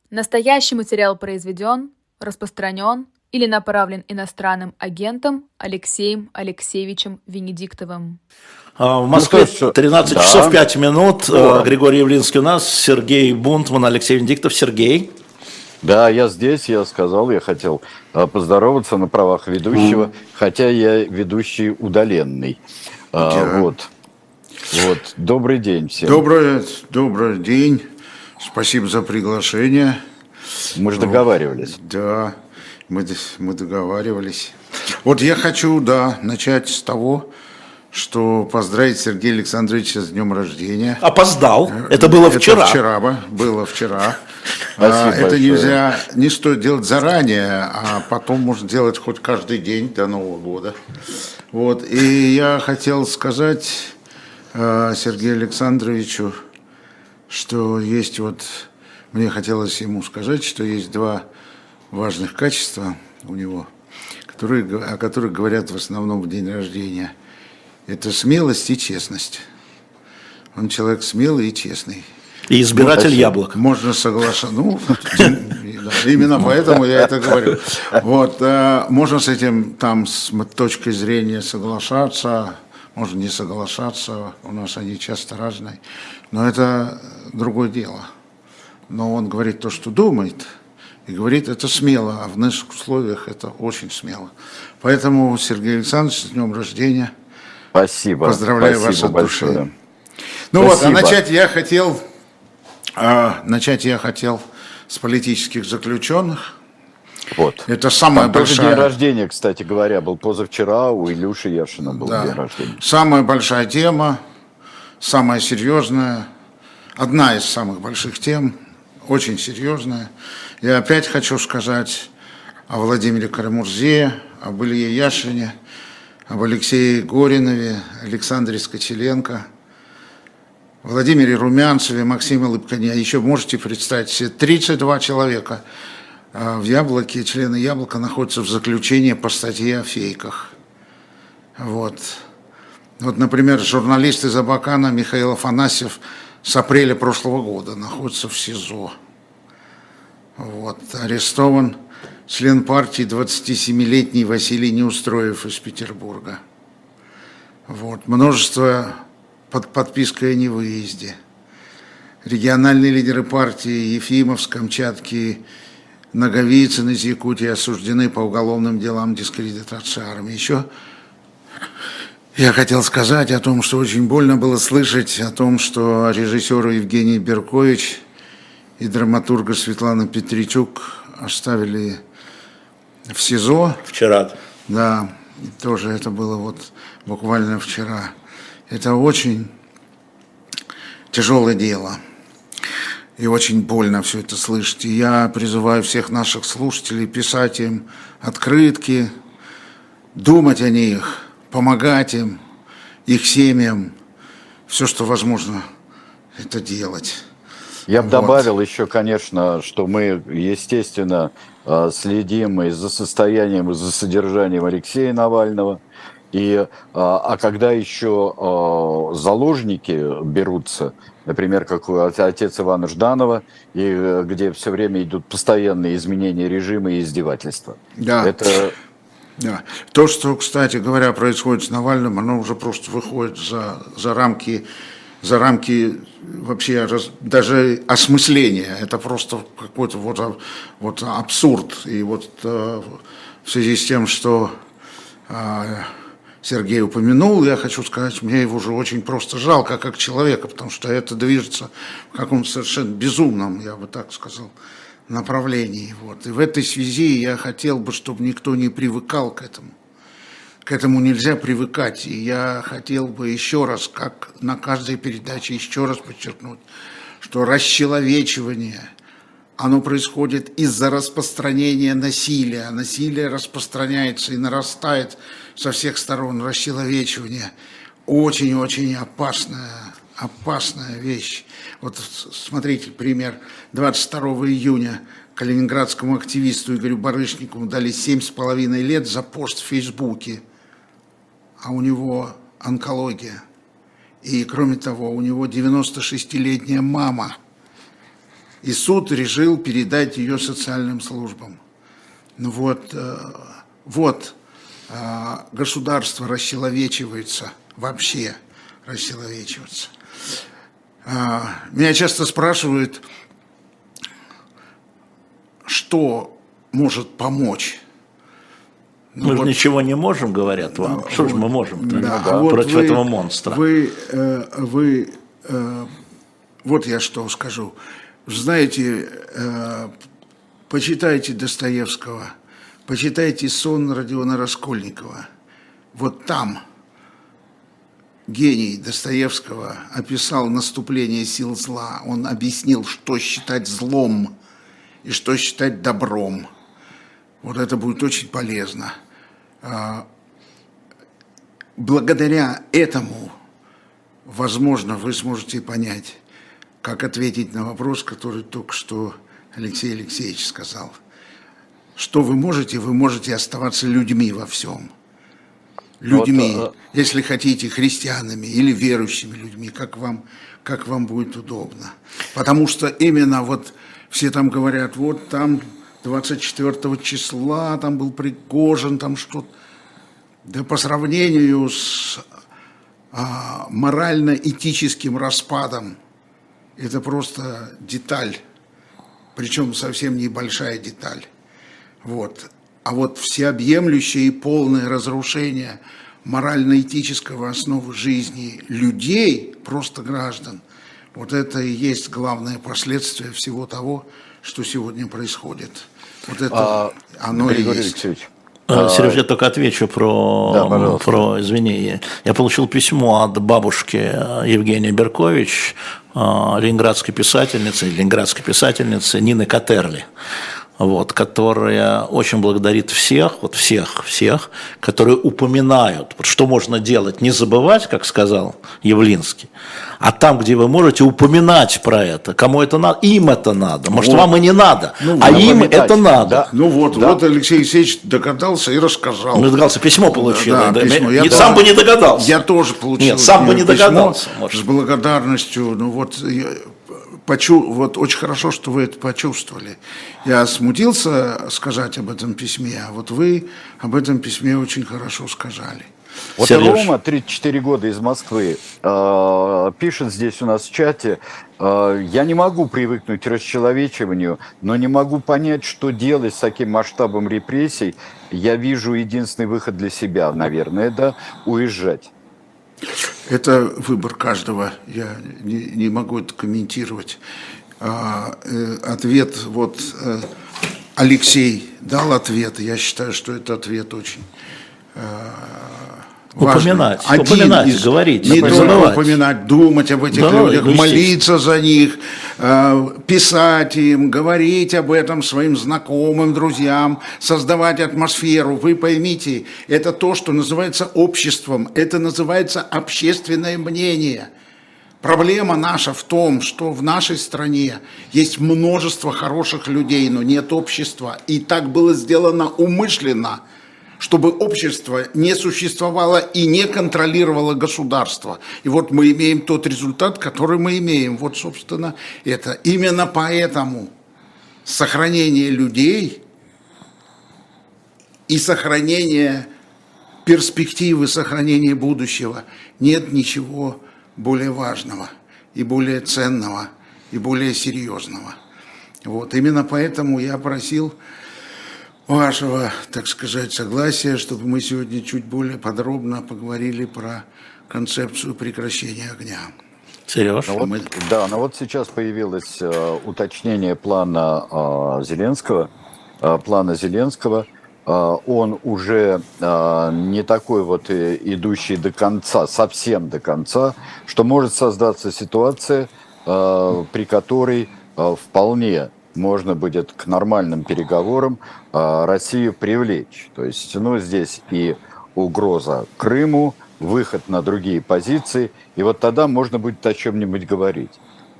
Настоящий материал произведен, распространен или направлен иностранным агентом Алексеем Алексеевичем Венедиктовым. В Москве 13 часов 5 минут. Григорий Явлинский у нас, Сергей Бунтман, Алексей Венедиктов. Сергей. Да, я здесь, я сказал, я хотел поздороваться на правах ведущего, хотя я ведущий удаленный. Вот. Добрый день всем. Добрый день. Спасибо за приглашение. Мы же договаривались. Да, мы договаривались. Вот я хочу, начать с того, что поздравить Сергея Александровича с днем рождения. Опоздал. Это было вчера. Было вчера. Это не стоит делать заранее, а потом можно делать хоть каждый день до Нового года. Вот. И я хотел сказать Сергею Александровичу, что есть мне хотелось ему сказать, что есть два важных качества у него, о которых говорят в основном в день рождения. Это смелость и честность. Он человек смелый и честный. И избиратель яблок. Можно соглашаться. Именно поэтому я это говорю. Можно с этим с точки зрения соглашаться, можно не соглашаться. У нас они часто разные. Но это другое дело. Но он говорит то, что думает, и говорит это смело, а в наших условиях это очень смело. Поэтому, Сергей Александрович, с днем рождения. Спасибо. Поздравляю вас от большое. души. Начать я хотел с политических заключенных. Это самая большая... День рождения, кстати говоря, был позавчера, у Илюши Яшина был день рождения. Самая большая тема, самая серьезная, одна из самых больших тем, очень серьезная. Я опять хочу сказать о Владимире Карамурзе, об Илье Яшине, об Алексее Горинове, Александре Скочеленко, Владимире Румянцеве, Максиме Лыбкане. Еще можете представить себе, 32 человека в Яблоке, члены Яблока, находятся в заключении по статье о фейках. Например, журналист из Абакана Михаил Афанасьев с апреля прошлого года находится в СИЗО. Арестован член партии 27-летний Василий Неустроев из Петербурга. Множество под подпиской о невыезде. Региональные лидеры партии Ефимов с Камчатки, Наговицын из Якутии осуждены по уголовным делам дискредитации армии. Еще я хотел сказать о том, что очень больно было слышать о том, что режиссера Евгений Беркович и драматурга Светлана Петричук оставили в СИЗО. Вчера. Да, тоже это было буквально вчера. Это очень тяжелое дело. И очень больно все это слышать. И я призываю всех наших слушателей писать им открытки, думать о них, помогать им, их семьям, все, что возможно, это делать. Я бы добавил еще, конечно, что мы, естественно, следим и за состоянием, и за содержанием Алексея Навального. А когда еще заложники берутся, например, как отец Ивана Жданова, и где все время идут постоянные изменения режима и издевательства. Да. То, что, кстати говоря, происходит с Навальным, оно уже просто выходит за рамки вообще даже осмысления. Это просто какой-то абсурд. И в связи с тем, что Сергей упомянул, я хочу сказать, мне его уже очень просто жалко как человека, потому что это движется в каком-то совершенно безумном, я бы так сказал, направлении. И в этой связи я хотел бы, чтобы никто не привыкал к этому. К этому нельзя привыкать. И я хотел бы еще раз, как на каждой передаче, еще раз подчеркнуть, что расчеловечивание, оно происходит из-за распространения насилия. Насилие распространяется и нарастает со всех сторон. Расчеловечивание очень-очень опасная вещь. Смотрите, пример. 22 июня калининградскому активисту Игорю Барышникову дали 7,5 лет за пост в Фейсбуке. А у него онкология. И, кроме того, у него 96-летняя мама. И суд решил передать ее социальным службам. Ну вот, государство расчеловечивается, вообще расчеловечивается. Меня часто спрашивают, что может помочь. Мы же ничего не можем, говорят вам. Что же мы можем против этого монстра? Вот я что скажу. Знаете, почитайте Достоевского, почитайте «Сон» Родиона Раскольникова. Вот там гений Достоевского описал наступление сил зла. Он объяснил, что считать злом и что считать добром. Вот это будет очень полезно. Благодаря этому, возможно, вы сможете понять, как ответить на вопрос, который только что Алексей Алексеевич сказал. Что вы можете оставаться людьми во всем. Людьми, если хотите, христианами или верующими людьми, как вам будет удобно. Потому что именно вот все там говорят, вот там 24 числа там был Пригожин, там что-то. Да по сравнению с морально-этическим распадом, это просто деталь, причем совсем небольшая деталь. Вот. А вот всеобъемлющее и полное разрушение морально-этического основы жизни людей, просто граждан, вот это и есть главное последствие всего того, что сегодня происходит. Вот это оно и есть. Сереж, я только отвечу про извини. Я получил письмо от бабушки Евгении Беркович, ленинградской писательницы Нины Катерли, вот, которая очень благодарит всех, которые упоминают, что можно делать, не забывать, как сказал Явлинский, а там, где вы можете, упоминать про это, кому это надо, им это надо, может, вам и не надо, им это надо. Да. Вот Алексей Алексеевич догадался и рассказал. Он догадался, письмо получил. Письмо. Сам бы не догадался. Я тоже получил. Нет, сам бы не догадался. С благодарностью, вот очень хорошо, что вы это почувствовали. Я смутился сказать об этом письме, а вот вы об этом письме очень хорошо сказали. Вот Рома, 34 года из Москвы, пишет здесь у нас в чате: я не могу привыкнуть к расчеловечиванию, но не могу понять, что делать с таким масштабом репрессий. Я вижу единственный выход для себя, наверное, это уезжать. Это выбор каждого, я не могу это комментировать. Ответ, Алексей дал ответ, я считаю, что это ответ очень важный. Упоминать, говорить, не только упоминать, думать об этих людях, молиться за них, писать им, говорить об этом своим знакомым, друзьям, создавать атмосферу. Вы поймите, это то, что называется обществом, это называется общественное мнение. Проблема наша в том, что в нашей стране есть множество хороших людей, но нет общества. И так было сделано умышленно, чтобы общество не существовало и не контролировало государство. И вот мы имеем тот результат, который мы имеем. Вот, собственно, это. Именно поэтому сохранение людей и сохранение перспективы, сохранение будущего, нет ничего более важного и более ценного и более серьезного. Вот. Именно поэтому я просил вашего, так сказать, согласия, чтобы мы сегодня чуть более подробно поговорили про концепцию прекращения огня. Сереж? Но вот сейчас появилось уточнение плана Зеленского. Он уже не такой идущий до конца, совсем до конца, что может создаться ситуация, при которой вполне можно будет к нормальным переговорам Россию привлечь. То есть, здесь и угроза Крыму, выход на другие позиции, и вот тогда можно будет о чем-нибудь говорить.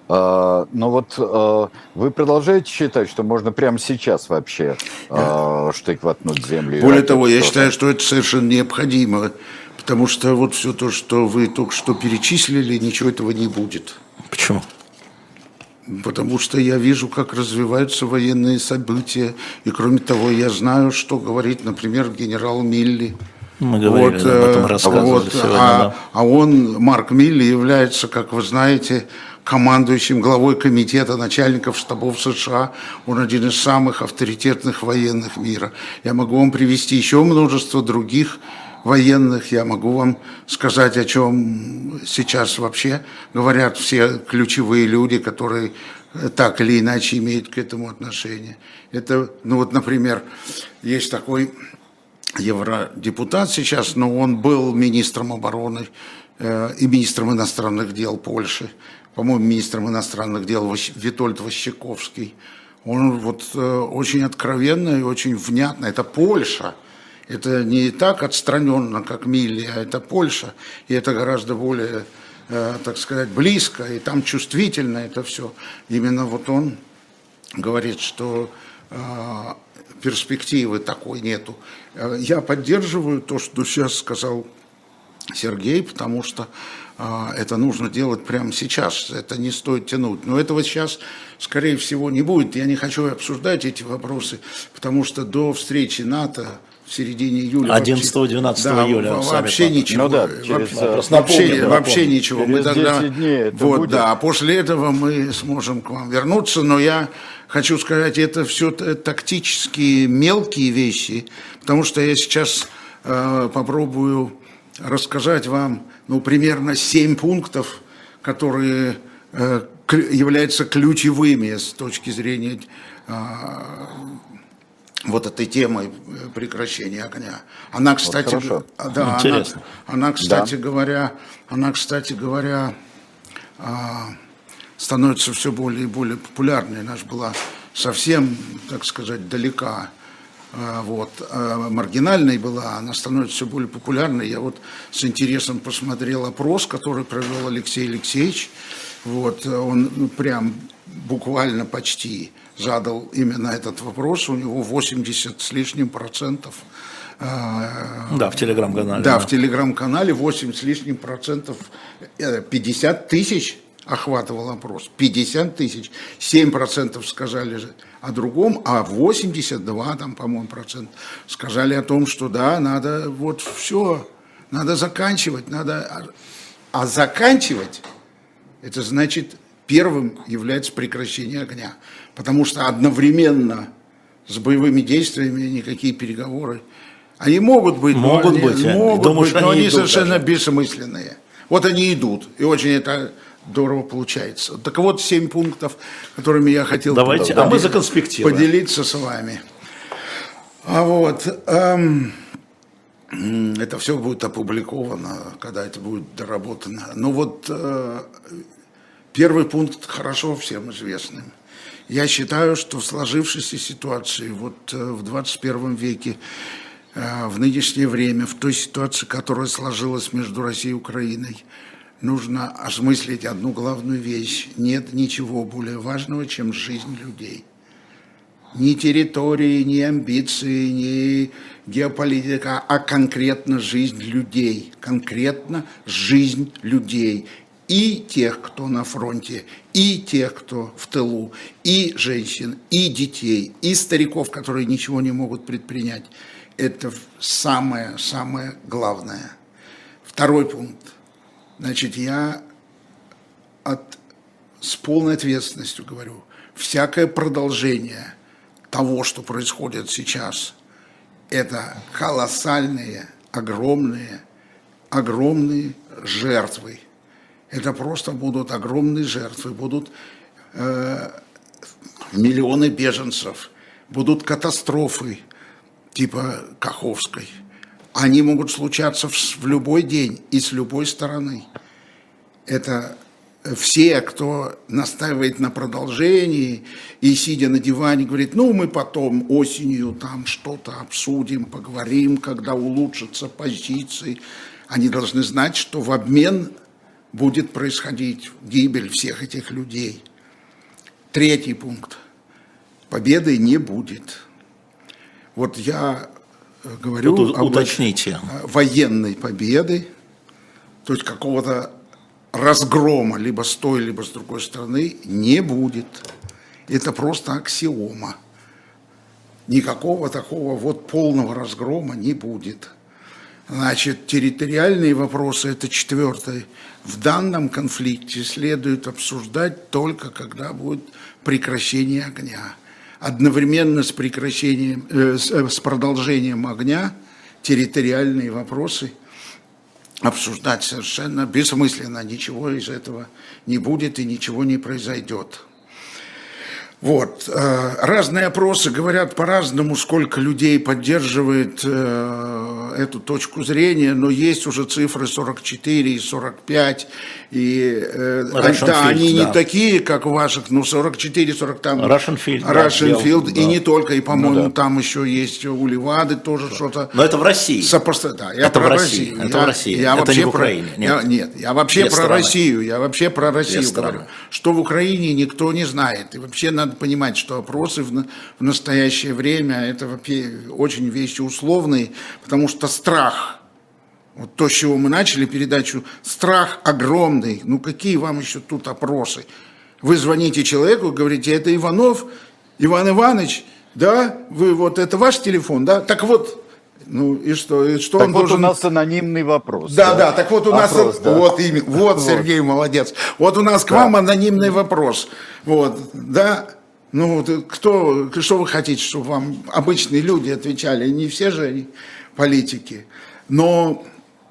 Но вы продолжаете считать, что можно прямо сейчас вообще штык воткнуть в землю? Более того, я считаю, что это совершенно необходимо, потому что вот все то, что вы только что перечислили, ничего этого не будет. Почему? Потому что я вижу, как развиваются военные события. И кроме того, я знаю, что говорит, например, генерал Милли. Мы говорили, об этом рассказывали сегодня. А он, Марк Милли, является, как вы знаете, командующим главой комитета начальников штабов США. Он один из самых авторитетных военных мира. Я могу вам привести еще множество других военных. Я могу вам сказать, о чем сейчас вообще говорят все ключевые люди, которые так или иначе имеют к этому отношение. Это, ну вот, например, есть такой евродепутат сейчас, но он был министром обороны и министром иностранных дел Польши, по-моему, министром иностранных дел Витольд Ващековский. Он вот очень откровенно и очень внятно, это Польша, это не так отстраненно, как Милли, а это Польша, и это гораздо более, так сказать, близко, и там чувствительно это все. Именно вот он говорит, что перспективы такой нету. Я поддерживаю то, что сейчас сказал Сергей, потому что это нужно делать прямо сейчас, это не стоит тянуть. Но этого сейчас, скорее всего, не будет. Я не хочу обсуждать эти вопросы, потому что до встречи НАТО в середине июля... 11-12 июля. Вообще ничего. Ну да, вообще ничего. Мы тогда, вот, да, после этого мы сможем к вам вернуться, но я хочу сказать, это все тактические мелкие вещи, потому что я сейчас попробую рассказать вам, ну, примерно 7 пунктов, которые являются ключевыми с точки зрения вот этой темы прекращения огня. Она, кстати, вот да, она, кстати говоря, становится все более и более популярной. Она же была совсем, так сказать, далека, вот, маргинальной была, она становится все более популярной. Я вот с интересом посмотрел опрос, который провел Алексей Алексеевич. Вот, он прям буквально почти задал именно этот вопрос. У него 80 с лишним %. Да, в телеграм-канале. Да, в телеграм-канале 8 с лишним %, 50 тысяч охватывал опрос, 50 тысяч, 7% сказали о другом, а 82, там, по-моему, процент сказали о том, что да, надо вот все, надо заканчивать, надо, а заканчивать, это значит, первым является прекращение огня, потому что одновременно с боевыми действиями никакие переговоры, они могут быть, но они совершенно бессмысленные. Вот они идут, и очень это здорово получается. Так вот, 7 пунктов, которыми я хотел мы законспектируем. Поделиться с вами. А вот, это все будет опубликовано, когда это будет доработано. Но вот первый пункт хорошо всем известный. Я считаю, что в сложившейся ситуации, вот в 21 веке, в нынешнее время, в той ситуации, которая сложилась между Россией и Украиной, нужно осмыслить одну главную вещь. Нет ничего более важного, чем жизнь людей. Ни территории, ни амбиции, ни геополитика, а конкретно жизнь людей. Конкретно жизнь людей. И тех, кто на фронте, и тех, кто в тылу, и женщин, и детей, и стариков, которые ничего не могут предпринять. Это самое главное. Второй пункт. Значит, я с полной ответственностью говорю, всякое продолжение того, что происходит сейчас, это колоссальные, огромные жертвы. Это просто будут огромные жертвы, будут миллионы беженцев, будут катастрофы типа Каховской. Они могут случаться в любой день и с любой стороны. Это все, кто настаивает на продолжении и, сидя на диване, говорит, ну, мы потом осенью там что-то обсудим, поговорим, когда улучшатся позиции. Они должны знать, что в обмен будет происходить гибель всех этих людей. Третий пункт. Победы не будет. Вот я говорю уточните. Военной победы, то есть какого-то разгрома либо с той, либо с другой стороны не будет. Это просто аксиома. Никакого такого вот полного разгрома не будет. Значит, территориальные вопросы, это четвертое, в данном конфликте следует обсуждать только когда будет прекращение огня. Одновременно с прекращением, с продолжением огня территориальные вопросы обсуждать совершенно бессмысленно. Ничего из этого не будет и ничего не произойдет. Вот. Разные опросы говорят по-разному, сколько людей поддерживает эту точку зрения, но есть уже цифры 44 и 45, и да, они не такие, как у ваших, но 44-40 там. Russian Field. Field, и не только, и, по-моему, там еще есть у Левады тоже что-то. Но это в России. Да, я это про в России. Россию. Это в России. Это не в Украине. Нет, я вообще про Россию. Я вообще про Россию говорю. Что в Украине никто не знает. И вообще надо понимать, что опросы в настоящее время это вообще очень вещи условные, потому что страх, вот то, с чего мы начали передачу, страх огромный. Ну какие вам еще тут опросы? Вы звоните человеку, говорите, это Иванов, Иван Иванович, да, вы вот это ваш телефон, да? Так вот, ну и что так он вот должен... у нас анонимный вопрос. Да, так вот у нас, да. вот Сергей молодец, вот у нас к вам анонимный вопрос, вот, да. Ну, что вы хотите, чтобы вам обычные люди отвечали? Не все же они политики. Но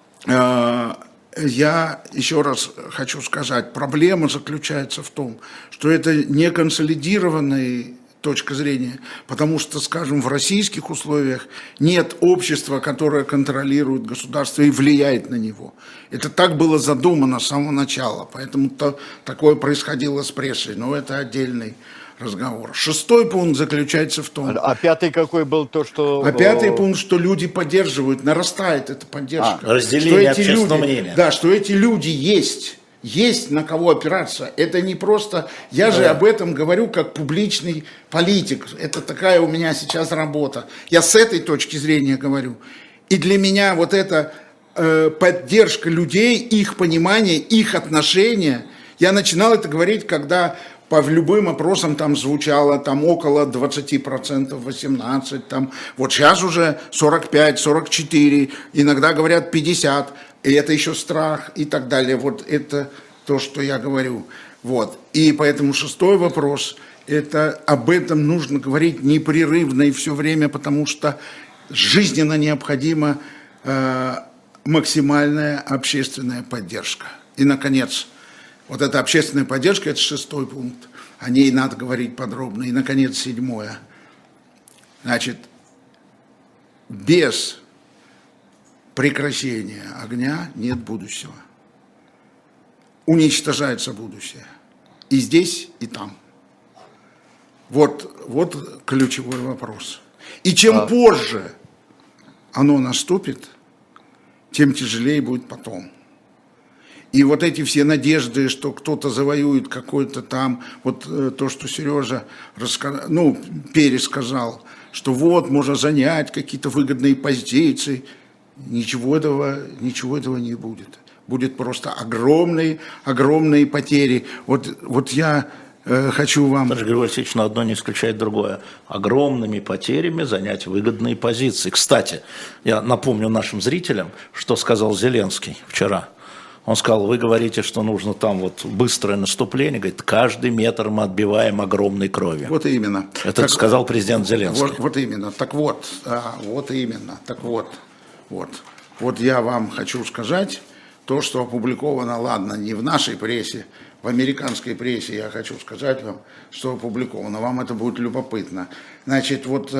я еще раз хочу сказать, проблема заключается в том, что это не консолидированная точка зрения, потому что, скажем, в российских условиях нет общества, которое контролирует государство и влияет на него. Это так было задумано с самого начала, поэтому такое происходило с прессой, но это отдельный разговор. Шестой пункт заключается в том... А пятый какой был? То, что... А пятый пункт, что люди поддерживают, нарастает эта поддержка. Разделение общественного мнения. Да, что эти люди есть на кого опираться. Это не просто... Я же об этом говорю как публичный политик. Это такая у меня сейчас работа. Я с этой точки зрения говорю. И для меня вот эта поддержка людей, их понимание, их отношения... Я начинал это говорить, когда... По любым опросам там звучало там около 20%, 18%, там, вот сейчас уже 45, 44, иногда говорят 50, и это еще страх и так далее. Вот это то, что я говорю. Вот. И поэтому шестой вопрос, это об этом нужно говорить непрерывно и все время, потому что жизненно необходима максимальная общественная поддержка. И, наконец, вот эта общественная поддержка, это шестой пункт. О ней надо говорить подробно. И, наконец, седьмое. Значит, без прекращения огня нет будущего. Уничтожается будущее. И здесь, и там. Вот ключевой вопрос. И чем позже оно наступит, тем тяжелее будет потом. И вот эти все надежды, что кто-то завоюет какой-то там, вот то, что Сережа пересказал, что вот можно занять какие-то выгодные позиции, ничего этого не будет. Будет просто огромные потери. Вот я хочу вам... Даже Григорий Алексеевич, но одно не исключает другое. Огромными потерями занять выгодные позиции. Кстати, я напомню нашим зрителям, что сказал Зеленский вчера. Он сказал, вы говорите, что нужно там вот быстрое наступление. Говорит, каждый метр мы отбиваем огромной кровью. Вот именно. Это так, сказал президент Зеленский. Вот именно. Так вот, вот именно. Так вот. Вот я вам хочу сказать, то, что опубликовано, ладно, не в нашей прессе, в американской прессе, я хочу сказать вам, что опубликовано. Вам это будет любопытно. Значит, вот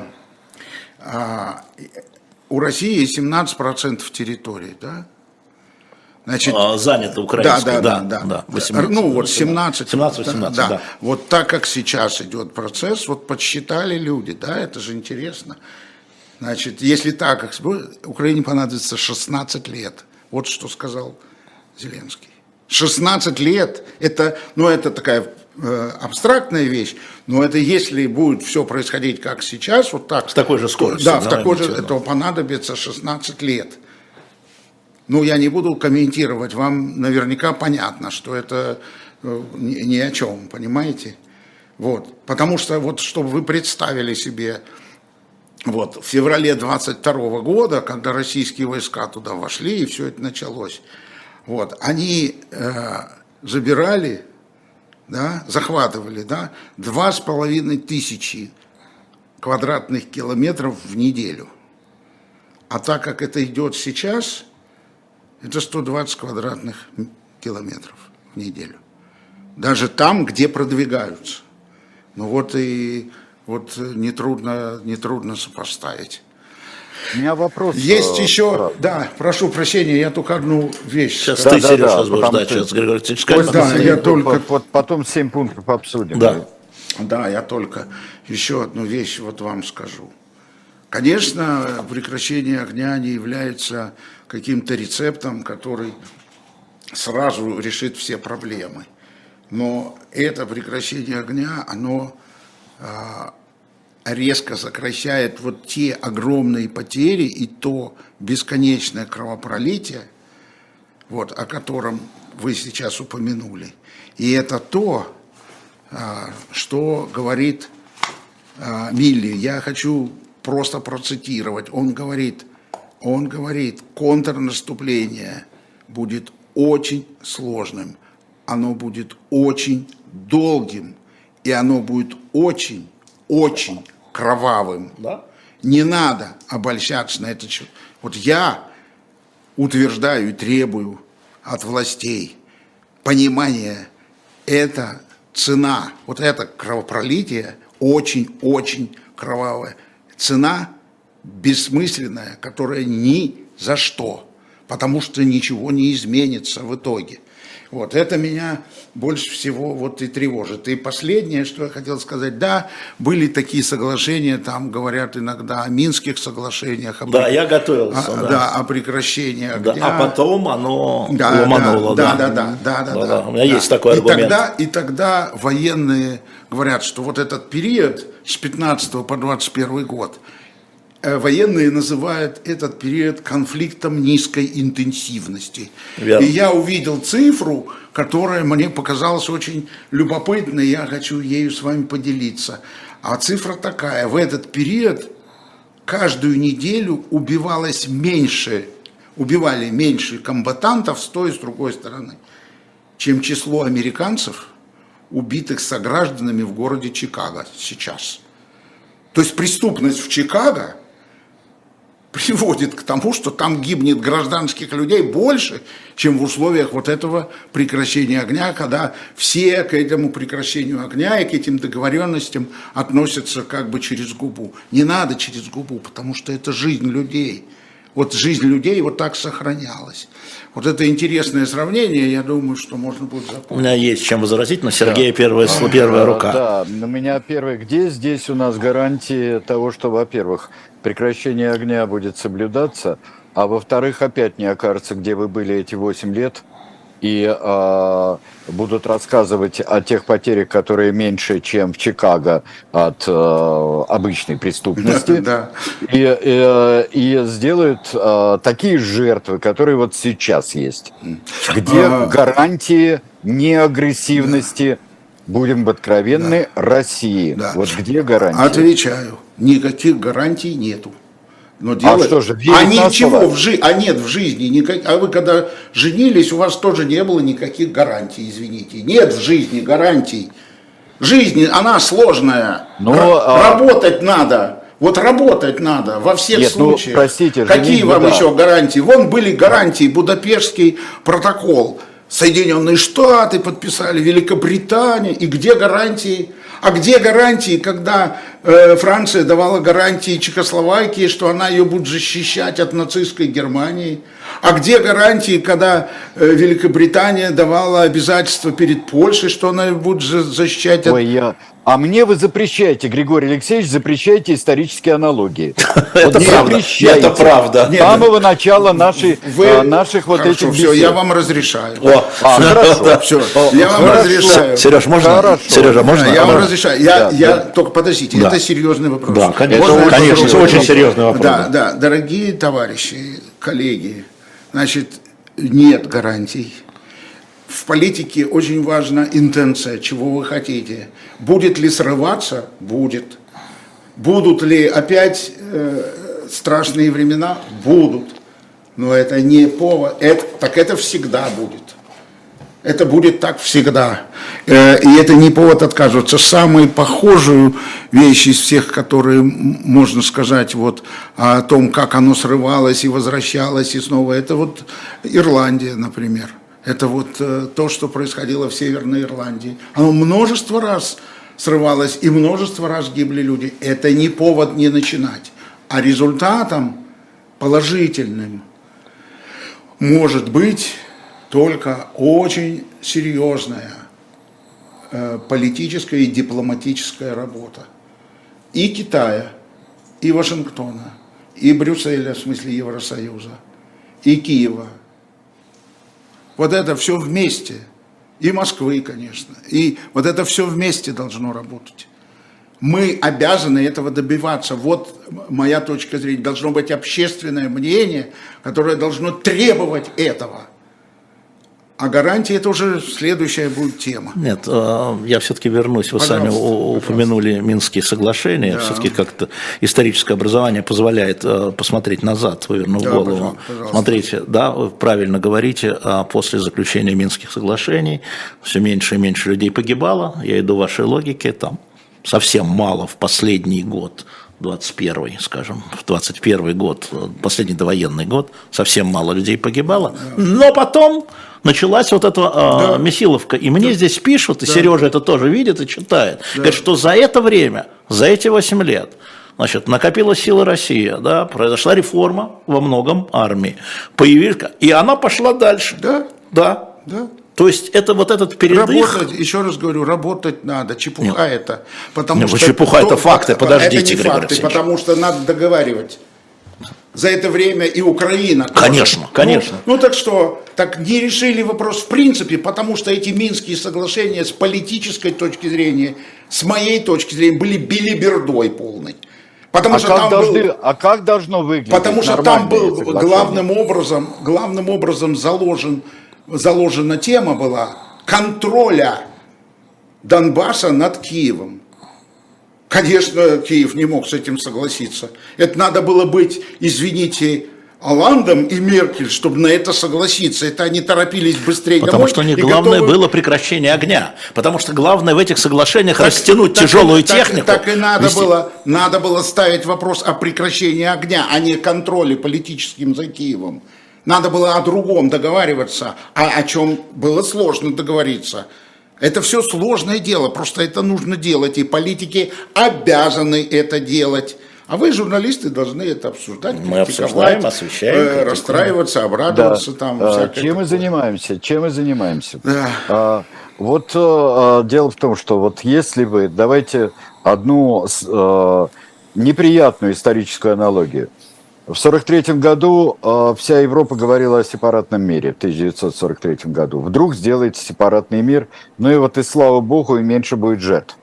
у России 17% территории, да? Значит, занято украинской, да. 18, ну вот 17-18, да. Вот так как сейчас идет процесс, вот подсчитали люди, да, это же интересно. Значит, если так, Украине понадобится 16 лет. Вот что сказал Зеленский. 16 лет, это такая абстрактная вещь, но это если будет все происходить как сейчас, вот так. С такой же скоростью. Да, в такой же, это понадобится 16 лет. Ну, я не буду комментировать, вам наверняка понятно, что это ни о чем, понимаете? Вот, потому что, вот, чтобы вы представили себе, вот, в феврале 22 года, когда российские войска туда вошли, и все это началось, вот, они забирали, да, захватывали, да, 2500 квадратных километров в неделю. А так как это идет сейчас, это 120 квадратных километров в неделю. Даже там, где продвигаются. Ну вот и вот нетрудно сопоставить. У меня вопрос. Есть еще, да, прошу прощения, я только одну вещь. Сейчас ты, Сережа, будешь, да, сейчас Григорий Алексеевич. Да, я только... Потом 7 пунктов обсудим. Да, я только еще одну вещь вот вам скажу. Конечно, прекращение огня не является каким-то рецептом, который сразу решит все проблемы. Но это прекращение огня, оно резко сокращает вот те огромные потери и то бесконечное кровопролитие, вот, о котором вы сейчас упомянули. И это то, что говорит Милли. Я хочу просто процитировать. Он говорит, контрнаступление будет очень сложным, оно будет очень долгим, и оно будет очень кровавым. Да? Не надо обольщаться на это. Вот я утверждаю и требую от властей понимания, это цена, вот это кровопролитие очень кровавое. Цена бессмысленная, которая ни за что, потому что ничего не изменится в итоге. Вот это меня больше всего вот и тревожит. И последнее, что я хотел сказать, да, были такие соглашения, там говорят иногда о Минских соглашениях. Да, я готовился. Да, о прекращении огня. Да, а потом оно ломануло. Да. У меня есть такой аргумент. И тогда военные говорят, что вот этот период с 15 по 21 год, военные называют этот период конфликтом низкой интенсивности. Верно. И я увидел цифру, которая мне показалась очень любопытной, я хочу ею с вами поделиться. А цифра такая: в этот период каждую неделю убивали меньше комбатантов с той и с другой стороны, чем число американцев, убитых согражданами в городе Чикаго сейчас. То есть преступность в Чикаго приводит к тому, что там гибнет гражданских людей больше, чем в условиях вот этого прекращения огня, когда все к этому прекращению огня и к этим договоренностям относятся как бы через губу. Не надо через губу, потому что это жизнь людей. Вот жизнь людей вот так сохранялась. Вот это интересное сравнение, я думаю, что можно будет запомнить. У меня есть чем возразить, но Сергей первая рука. Да, у меня первое. Где здесь у нас гарантии того, что, во-первых, прекращение огня будет соблюдаться, а во-вторых, опять не окажется, где вы были эти 8 лет, и будут рассказывать о тех потерях, которые меньше, чем в Чикаго от обычной преступности, и сделают такие жертвы, которые вот сейчас есть. Где гарантии неагрессивности, будем откровенны, России? Вот где гарантии? Отвечаю, никаких гарантий нету. Но делать... А что же, ничего нет в жизни никаких. А вы когда женились, у вас тоже не было никаких гарантий, извините. Нет в жизни гарантий. Жизнь, она сложная. Работать надо. Вот работать надо во всех случаях. Простите, какие вам еще гарантии? Вон были гарантии, Будапештский протокол. Соединенные Штаты подписали, Великобритания. И где гарантии? А где гарантии, когда Франция давала гарантии Чехословакии, что она ее будет защищать от нацистской Германии? А где гарантии, когда Великобритания давала обязательства перед Польшей, что она ее будет защищать от... А мне вы запрещаете, Григорий Алексеевич, запрещаете исторические аналогии. Это правда. С самого начала наших вот этих бесед. Все, я вам разрешаю. Хорошо. Все, я вам разрешаю. Сереж, можно? Сережа, можно? Я вам разрешаю. Только подождите, это серьезный вопрос. Да, конечно, очень серьезный вопрос. Да, дорогие товарищи, коллеги, значит, нет гарантий. В политике очень важна интенция, чего вы хотите. Будет ли срываться? Будет. Будут ли опять страшные времена? Будут. Но это не повод. Так это всегда будет. Это будет так всегда. И это не повод отказываться. Самые похожие вещи из всех, которые можно сказать вот о том, как оно срывалось и возвращалось, и снова, это вот Ирландия, например. Это вот то, что происходило в Северной Ирландии. Оно множество раз срывалось, и множество раз гибли люди. Это не повод не начинать. А результатом положительным может быть только очень серьезная политическая и дипломатическая работа. И Китая, и Вашингтона, и Брюсселя, в смысле Евросоюза, и Киева. Вот это все вместе. И Москвы, конечно. И вот это все вместе должно работать. Мы обязаны этого добиваться. Вот моя точка зрения. Должно быть общественное мнение, которое должно требовать этого. А гарантии – это уже следующая будет тема. Нет, я все-таки вернусь. Вы сами упомянули Минские соглашения. Да. Все-таки как-то историческое образование позволяет посмотреть назад, вывернув голову. Пожалуйста. Смотрите, да, вы правильно говорите, после заключения Минских соглашений все меньше и меньше людей погибало. Я иду в вашей логике, там совсем мало в последний год. 21-й, скажем, в 21 год, последний довоенный год, совсем мало людей погибало, но потом началась вот эта Месиловка, и мне здесь пишут, и Сережа это тоже видит и читает, говорят, что за это время, за эти 8 лет, значит, накопилась сила России, да, произошла реформа во многом армии, появилась, и она пошла дальше. Да. То есть это вот этот передых. Работать, еще раз говорю, работать надо. Чепуха это. Потому что чепуха это факты, подождите, это не факты, потому что надо договаривать. За это время и Украина. Конечно, конечно. Ну так что, так не решили вопрос в принципе, потому что эти Минские соглашения с политической точки зрения, с моей точки зрения, были белибердой полной. Потому что там как должно выглядеть? Потому что там был главным образом заложена тема была контроля Донбасса над Киевом. Конечно, Киев не мог с этим согласиться. Это надо было быть, извините, Оландом и Меркель, чтобы на это согласиться. Это они торопились быстрее домой. Потому что не главное было прекращение огня. Потому что главное в этих соглашениях растянуть тяжелую технику. Так и надо было ставить вопрос о прекращении огня, а не контроле политическим за Киевом. Надо было о другом договариваться, а о чем было сложно договориться. Это все сложное дело, просто это нужно делать, и политики обязаны это делать. А вы, журналисты, должны это обсуждать, мы обсуждаем, освещаем, расстраиваться, обрадоваться. Да. Там, чем мы занимаемся? Да. Вот дело в том, что вот если вы, давайте одну неприятную историческую аналогию. В 1943 году вся Европа говорила о сепаратном мире, в 1943 году. Вдруг сделается сепаратный мир, ну и вот и слава богу, и меньше будет жертв.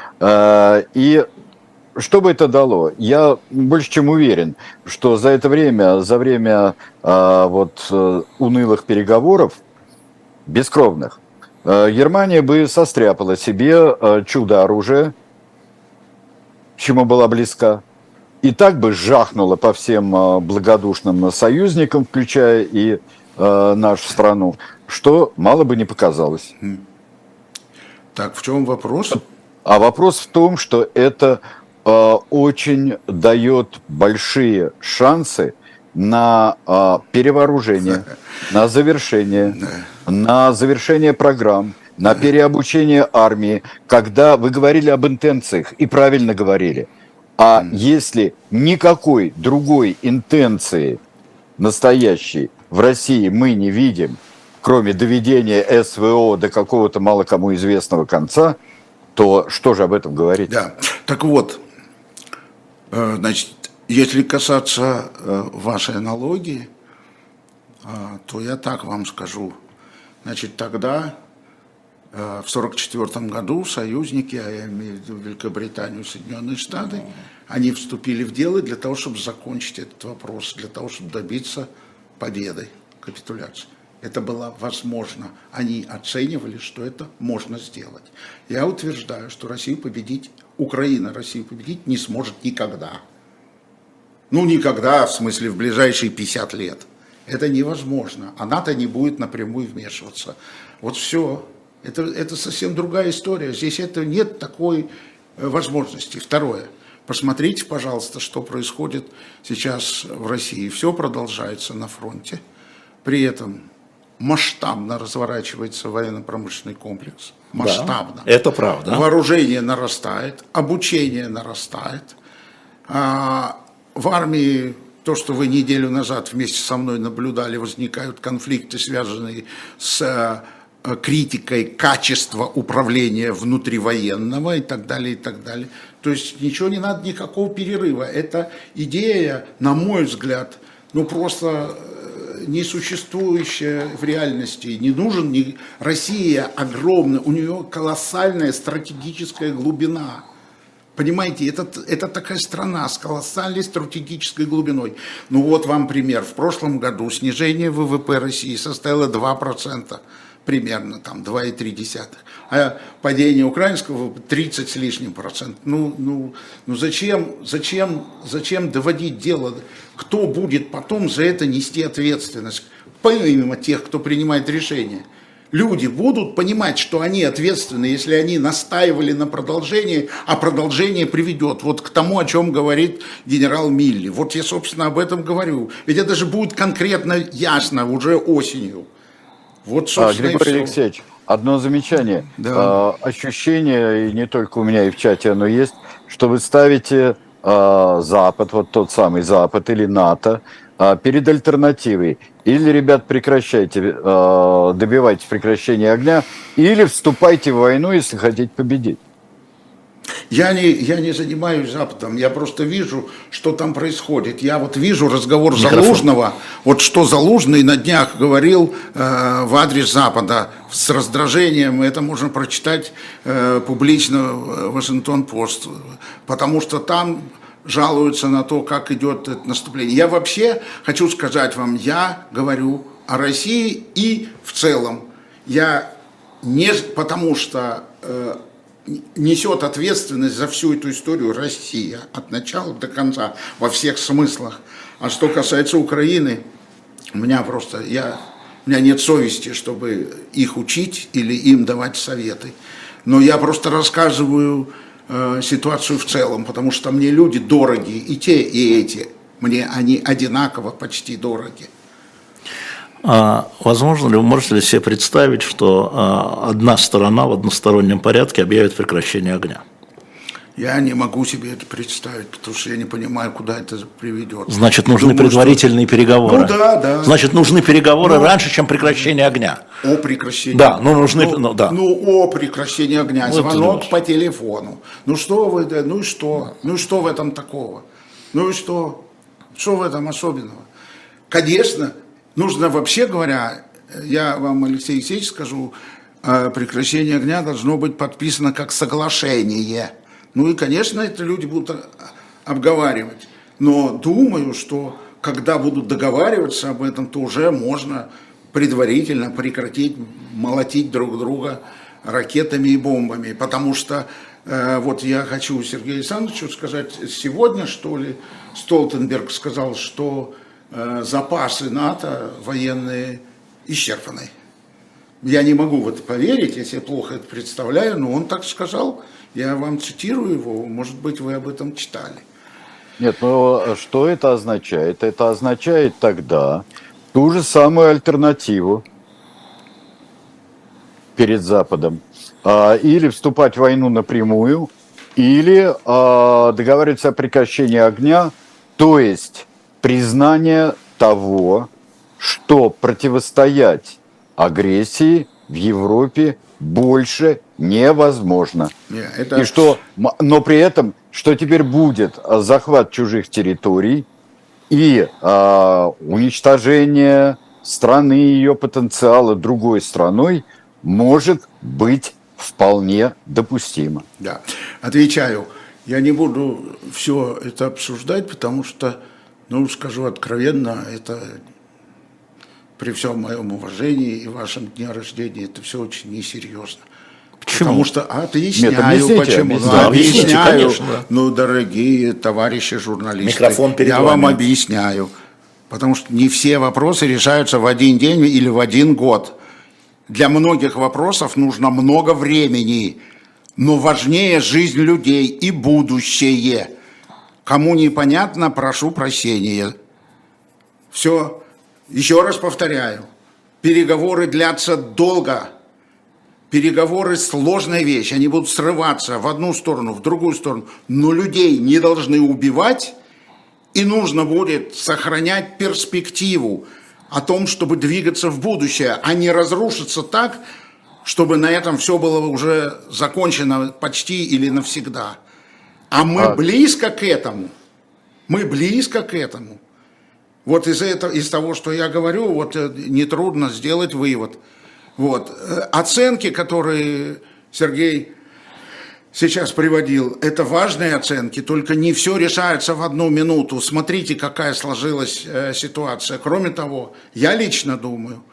И что бы это дало? Я больше чем уверен, что за время унылых переговоров, бескровных, Германия бы состряпала себе чудо-оружие, к чему была близка. И так бы жахнуло по всем благодушным союзникам, включая и нашу страну, что мало бы не показалось. Так, в чем вопрос? А вопрос в том, что это очень дает большие шансы на перевооружение, на завершение программ, на переобучение армии, когда вы говорили об интенциях, и правильно говорили. А если никакой другой интенции настоящей в России мы не видим, кроме доведения СВО до какого-то мало кому известного конца, то что же об этом говорить? Да, так вот, значит, если касаться вашей аналогии, то я так вам скажу. Значит, тогда, в 1944 году, союзники, а я имею в виду Великобританию и Соединенные Штаты, они вступили в дело для того, чтобы закончить этот вопрос, для того, чтобы добиться победы. капитуляции. Это было возможно. Они оценивали, что это можно сделать. Я утверждаю, что Украина Россию победить не сможет никогда. Ну, никогда, в смысле, в ближайшие 50 лет. Это невозможно. А НАТО не будет напрямую вмешиваться. Вот все. Это совсем другая история. Здесь нет такой возможности. Второе. Посмотрите, пожалуйста, что происходит сейчас в России. Все продолжается на фронте. При этом масштабно разворачивается военно-промышленный комплекс. Масштабно. Да, это правда. Вооружение нарастает, обучение нарастает. В армии, то, что вы неделю назад вместе со мной наблюдали, возникают конфликты, связанные с критикой качества управления внутривоенного и так далее, и так далее. То есть ничего не надо, никакого перерыва. Эта идея, на мой взгляд, просто несуществующая в реальности. Не нужен Россия огромная, у нее колоссальная стратегическая глубина. Понимаете, это такая страна с колоссальной стратегической глубиной. Ну вот вам пример. В прошлом году снижение ВВП России составило 2%. Примерно там 2,3, а падение украинского 30 с лишним процентов. Зачем доводить дело? Кто будет потом за это нести ответственность? Помимо тех, кто принимает решения. Люди будут понимать, что они ответственны, если они настаивали на продолжении, а продолжение приведет вот к тому, о чем говорит генерал Милле. Вот я, собственно, об этом говорю. Ведь это же будет конкретно ясно уже осенью. Вот, Григорий Алексеевич, одно замечание. Да. Ощущение, и не только у меня, и в чате оно есть, что вы ставите Запад, вот тот самый Запад или НАТО, перед альтернативой. Или, ребят, прекращайте, добивайте прекращения огня, или вступайте в войну, если хотите победить. Я не занимаюсь Западом, я просто вижу, что там происходит. Я вот вижу разговор Залужного, вот что Залужный на днях говорил в адрес Запада с раздражением, это можно прочитать публично в Вашингтон-Пост, потому что там жалуются на то, как идет это наступление. Я вообще хочу сказать вам, я говорю о России и в целом. Я не потому что несет ответственность за всю эту историю Россия от начала до конца во всех смыслах. А что касается Украины, у меня нет совести, чтобы их учить или им давать советы. Но я просто рассказываю ситуацию в целом, потому что мне люди дороги, и те, и эти. Мне они одинаково почти дороги. Возможно ли, вы можете ли себе представить, что одна сторона в одностороннем порядке объявит прекращение огня? Я не могу себе это представить, потому что я не понимаю, куда это приведет. Значит, нужны предварительные переговоры. Ну да. Значит, нужны переговоры раньше, чем прекращение огня. О прекращении. Да, нужны. О прекращении огня. Звонок по телефону. Ну что вы, ну и что? Ну и что в этом такого? Ну и что? Что в этом особенного? Конечно, нужно, вообще говоря, я вам, Алексей Алексеевич, скажу, прекращение огня должно быть подписано как соглашение. Ну и, конечно, это люди будут обговаривать. Но думаю, что когда будут договариваться об этом, то уже можно предварительно прекратить молотить друг друга ракетами и бомбами. Потому что, вот я хочу Сергею Александровичу сказать, сегодня, что ли, Столтенберг сказал, что запасы НАТО военные исчерпаны. Я не могу в это поверить, я себе плохо это представляю, но он так сказал. Я вам цитирую его, может быть, вы об этом читали. Нет, но что это означает? Это означает тогда ту же самую альтернативу перед Западом. Или вступать в войну напрямую, или договариваться о прекращении огня, то есть признание того, что противостоять агрессии в Европе больше невозможно. И что, но при этом, что теперь будет захват чужих территорий и уничтожение страны и ее потенциала другой страной может быть вполне допустимо. Да, отвечаю. Я не буду все это обсуждать, потому что, скажу откровенно, это при всем моем уважении и вашем дне рождения, это все очень несерьезно. Почему? Потому что объясняю, Нет, объясните, почему. объясните. Да, объясните, Объясняю. конечно, да. Ну, дорогие товарищи журналисты, Микрофон перед я вами. вам объясняю. Потому что не все вопросы решаются в один день или в один год. Для многих вопросов нужно много времени. Но важнее жизнь людей и будущее. Кому непонятно, прошу прощения. Все. Еще раз повторяю. Переговоры длятся долго. Переговоры – сложная вещь. Они будут срываться в одну сторону, в другую сторону. Но людей не должны убивать. И нужно будет сохранять перспективу о том, чтобы двигаться в будущее, а не разрушиться так, чтобы на этом все было уже закончено почти или навсегда. А мы близко к этому. Мы близко к этому. Вот из того, что я говорю, вот нетрудно сделать вывод. Вот. Оценки, которые Сергей сейчас приводил, это важные оценки, только не все решается в одну минуту. Смотрите, какая сложилась ситуация. Кроме того, я лично думаю,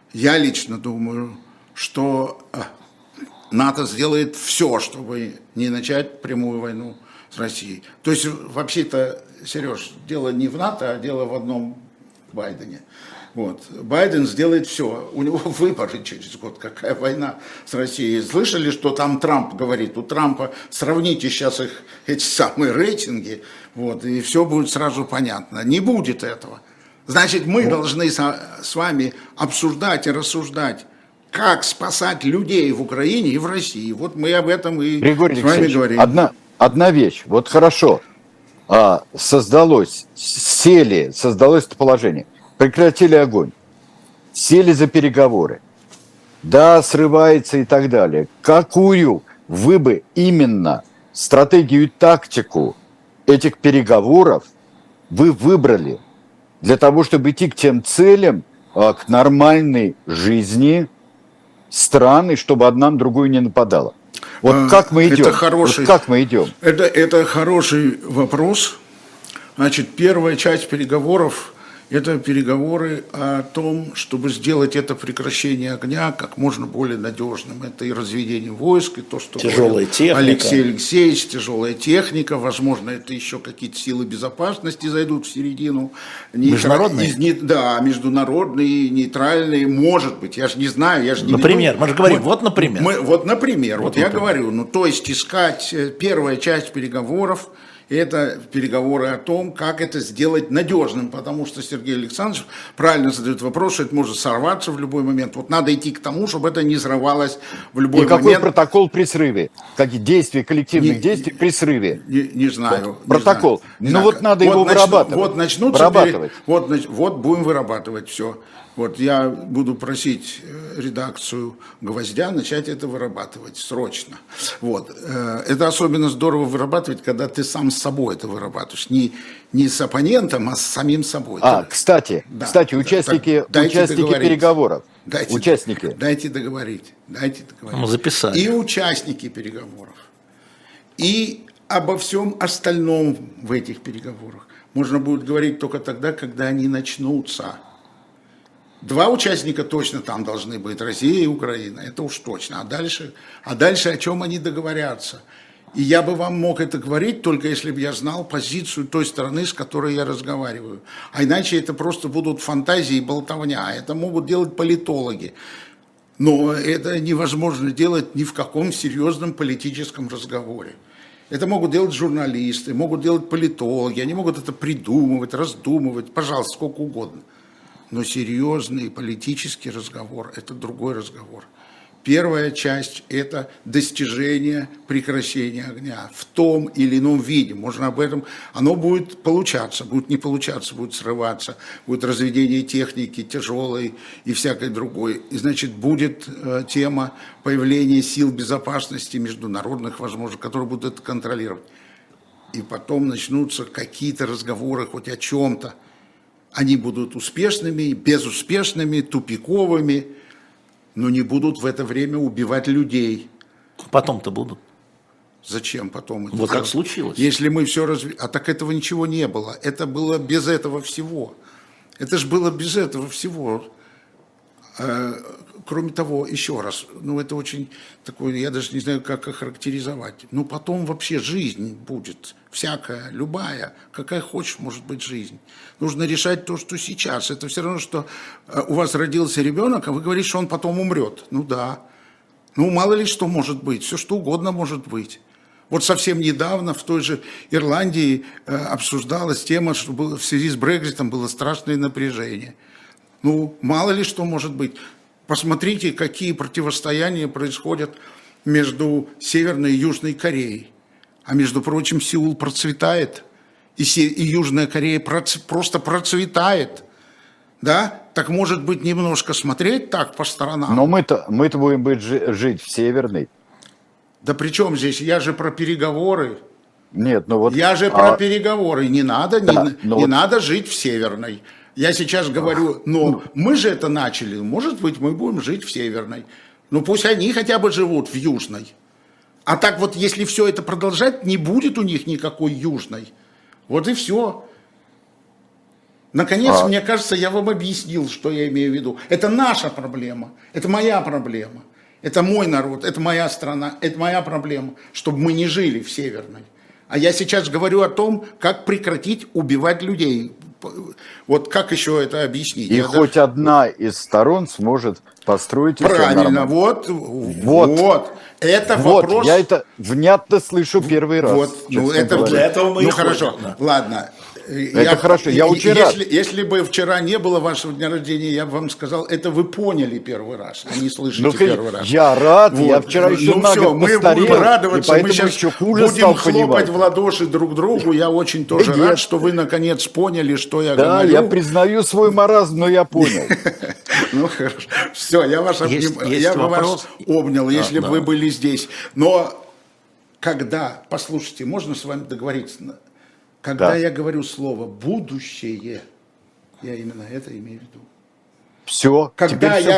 что НАТО сделает все, чтобы не начать прямую войну с Россией. То есть, вообще-то, Сереж, дело не в НАТО, а дело в одном Байдене. Вот. Байден сделает все. У него выборы через год. Какая война с Россией. Слышали, что там Трамп говорит? У Трампа сравните сейчас эти самые рейтинги, вот, и все будет сразу понятно. Не будет этого. Значит, мы должны с вами обсуждать и рассуждать, как спасать людей в Украине и в России. Вот мы об этом и Григорий с вами говорим. Одна вещь. Вот хорошо. Создалось это положение. Прекратили огонь. Сели за переговоры. Да, срывается и так далее. Какую вы бы именно стратегию и тактику этих переговоров вы выбрали для того, чтобы идти к тем целям, к нормальной жизни страны, чтобы одна на другую не нападала? Вот как мы идем? Это хороший вопрос. Значит, первая часть переговоров – это переговоры о том, чтобы сделать это прекращение огня как можно более надежным. Это и разведение войск, и то, что тяжелая техника. Алексей Алексеевич, тяжелая техника. Возможно, это еще какие-то силы безопасности зайдут в середину. Международные? Да, международные, нейтральные, может быть. Я же не знаю, я же не Например, мы же говорим, например. Я говорю, то есть искать первая часть переговоров. Это переговоры о том, как это сделать надежным, потому что Сергей Александрович правильно задает вопрос, что это может сорваться в любой момент. Вот надо идти к тому, чтобы это не взрывалось в любой момент. И какой протокол при срыве? Какие действия, коллективных действий при срыве? Не знаю. Протокол. Надо его вырабатывать. Вот будем вырабатывать все. Вот я буду просить редакцию «Гвоздя» начать это вырабатывать срочно. Вот. Это особенно здорово вырабатывать, когда ты сам с собой это вырабатываешь. Не с оппонентом, а с самим собой. Кстати, участники переговоров. Дайте договорить. Мы записали. И участники переговоров. И обо всем остальном в этих переговорах можно будет говорить только тогда, когда они начнутся. Два участника точно там должны быть, Россия и Украина, это уж точно. А дальше о чем они договорятся? И я бы вам мог это говорить, только если бы я знал позицию той стороны, с которой я разговариваю. А иначе это просто будут фантазии и болтовня. Это могут делать политологи. Но это невозможно делать ни в каком серьезном политическом разговоре. Это могут делать журналисты, могут делать политологи, они могут это придумывать, раздумывать, пожалуйста, сколько угодно. Но серьезный политический разговор – это другой разговор. Первая часть – это достижение прекращения огня в том или ином виде. Можно об этом, оно будет получаться, будет не получаться, будет срываться, будет разведение техники тяжелой и всякой другой. И, значит, будет тема появления сил безопасности международных, возможно, которые будут это контролировать. И потом начнутся какие-то разговоры хоть о чем-то. Они будут успешными, безуспешными, тупиковыми, но не будут в это время убивать людей. Потом-то будут. Зачем потом это? Вот как случилось. Если мы все А так этого ничего не было. Это было без этого всего. Это же было без этого всего. Кроме того, еще раз, это очень такое, я даже не знаю, как охарактеризовать. Потом вообще жизнь будет всякая, любая, какая хочешь, может быть жизнь. Нужно решать то, что сейчас. Это все равно, что у вас родился ребенок, а вы говорите, что он потом умрет. Да. Мало ли что может быть, все что угодно может быть. Вот совсем недавно в той же Ирландии обсуждалась тема, что в связи с Брекситом было страшное напряжение. Мало ли что может быть. Посмотрите, какие противостояния происходят между Северной и Южной Кореей. А между прочим, Сеул процветает, и Южная Корея просто процветает. Да? Так может быть немножко смотреть так по сторонам. Но мы-то будем жить в Северной. Да при чем здесь? Я же про переговоры. Нет, Я же про переговоры. Не надо, не надо жить в Северной. Я сейчас говорю, мы же это начали, может быть, мы будем жить в Северной. Пусть они хотя бы живут в Южной. А так вот, если все это продолжать, не будет у них никакой Южной. Вот и все. Наконец, мне кажется, я вам объяснил, что я имею в виду. Это наша проблема, это моя проблема, это мой народ, это моя страна, это моя проблема, чтобы мы не жили в Северной. А я сейчас говорю о том, как прекратить убивать людей. Вот как еще это объяснить? И хоть одна из сторон сможет построить... Правильно, вот. Это вопрос... Я это внятно слышу первый раз. Для этого мы хорошо, ладно. Это хорошо, я очень рад. Если бы вчера не было вашего дня рождения, я бы вам сказал, это вы поняли первый раз, а не слышите первый раз. Я рад, я вчера еще на год мы постарел, будем радоваться, мы сейчас еще хуже будем хлопать в ладоши друг другу. Я очень тоже рад, что вы наконец поняли, что я говорю. Да, я признаю свой маразм, но я понял. Хорошо. Все, я вас обнял, если бы вы были здесь. Но когда, послушайте, можно с вами договориться? Когда я говорю слово «будущее», я именно это имею в виду. Все. Когда я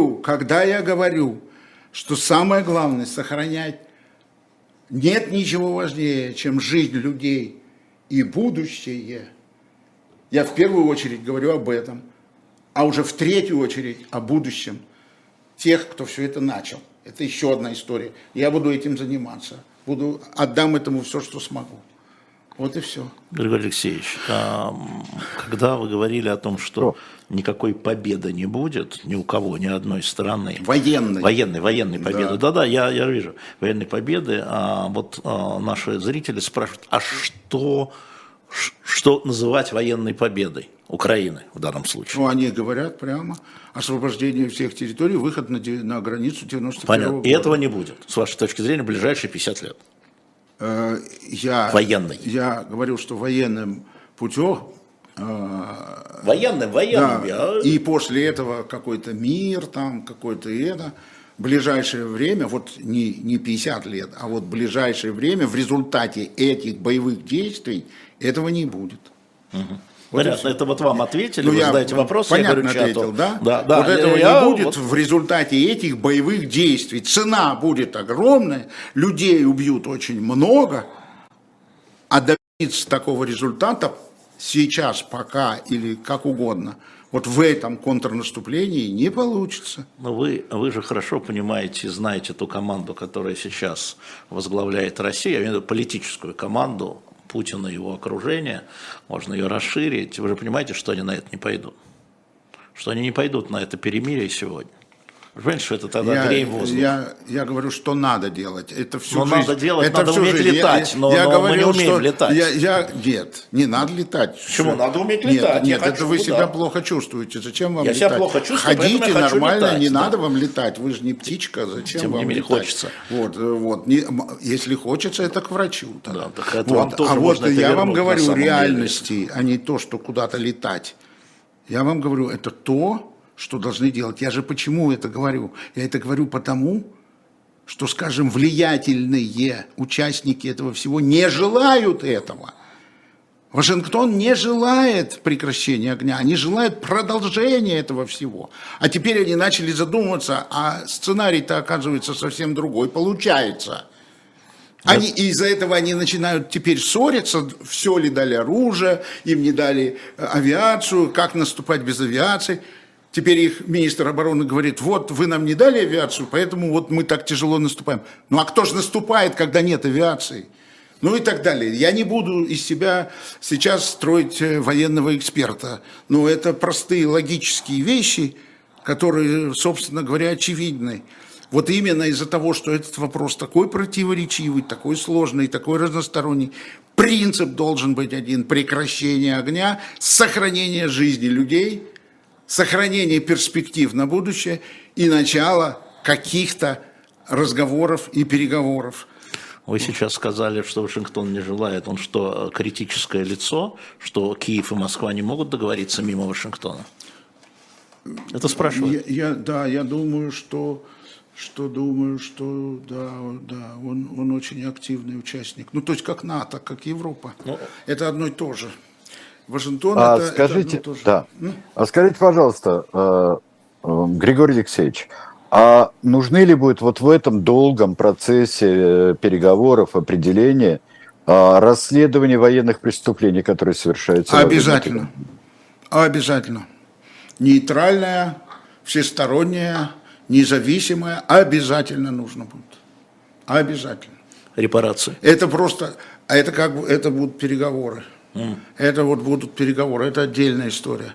говорю, что самое главное сохранять, нет ничего важнее, чем жизнь людей и будущее. Я в первую очередь говорю об этом, а уже в третью очередь о будущем тех, кто все это начал. Это еще одна история. Я буду этим заниматься, отдам этому все, что смогу. Вот и все. Григорий Алексеевич, когда вы говорили о том, что никакой победы не будет ни у кого, ни одной стороны. Военной победы. Да, я вижу. Военной победы. Вот наши зрители спрашивают, а что называть военной победой Украины в данном случае? Они говорят прямо. Освобождение всех территорий, выход на границу 91 года. И этого не будет, с вашей точки зрения, в ближайшие 50 лет. Военный. Я говорю, что военным путем. Военным. Да, и после этого какой-то мир, какой-то это. В ближайшее время, вот не 50 лет, а вот в ближайшее время в результате этих боевых действий этого не будет. Угу. Понятно, это вот вам ответили, вы задаете вопрос, понятно, я говорю, ответил, да? Вот этого не будет в результате этих боевых действий. Цена будет огромная, людей убьют очень много, а добиться такого результата сейчас, пока или как угодно, вот в этом контрнаступлении не получится. Но вы же хорошо понимаете, знаете ту команду, которая сейчас возглавляет Россию, я имею в виду политическую команду, Путина и его окружение, можно ее расширить. Вы же понимаете, что они на это не пойдут. Что они не пойдут на это перемирие сегодня. Вы понимаете, что это тогда грей в воздухе? Я говорю, что надо делать. Это всю жизнь. Надо делать, надо уметь летать, но мы не умеем летать. Нет, не надо летать. Почему? Надо уметь летать. Нет, это вы себя плохо чувствуете. Зачем вам летать? Я себя плохо чувствую, ходите нормально, не надо вам летать. Вы же не птичка, зачем вам летать? Хочется. Вот. Если хочется, это к врачу. Да, а вот я вам говорю реальности, а не то, что куда-то летать. Я вам говорю, это то, что должны делать. Я же почему это говорю? Я это говорю потому, что, скажем, влиятельные участники этого всего не желают этого. Вашингтон не желает прекращения огня, они желают продолжения этого всего. А теперь они начали задумываться, а сценарий-то оказывается совсем другой, получается. Из-за этого они начинают теперь ссориться, все ли дали оружие, им не дали авиацию, как наступать без авиации. Теперь их министр обороны говорит, вот вы нам не дали авиацию, поэтому вот мы так тяжело наступаем. Ну а кто же наступает, когда нет авиации? Ну и так далее. Я не буду из себя сейчас строить военного эксперта, но это простые логические вещи, которые, собственно говоря, очевидны. Вот именно из-за того, что этот вопрос такой противоречивый, такой сложный, такой разносторонний, принцип должен быть один: прекращение огня, сохранение жизни людей, сохранение перспектив на будущее и начало каких-то разговоров и переговоров. Вы сейчас сказали, что Вашингтон не желает, он что, критическое лицо, что Киев и Москва не могут договориться мимо Вашингтона? Это спрашивают. Я думаю, что да, он очень активный участник. Ну, то есть как НАТО, как Европа. Это одно и то же. Вашингтон это одно и то же. Да. Скажите, пожалуйста, Григорий Алексеевич, а нужны ли будет вот в этом долгом процессе переговоров, определения, расследования военных преступлений, которые совершаются? Обязательно. Обязательно. Нейтральная, всесторонняя, независимая, обязательно нужно будет. Обязательно. Репарации. Это просто, это будут переговоры. Это вот будут переговоры, это отдельная история.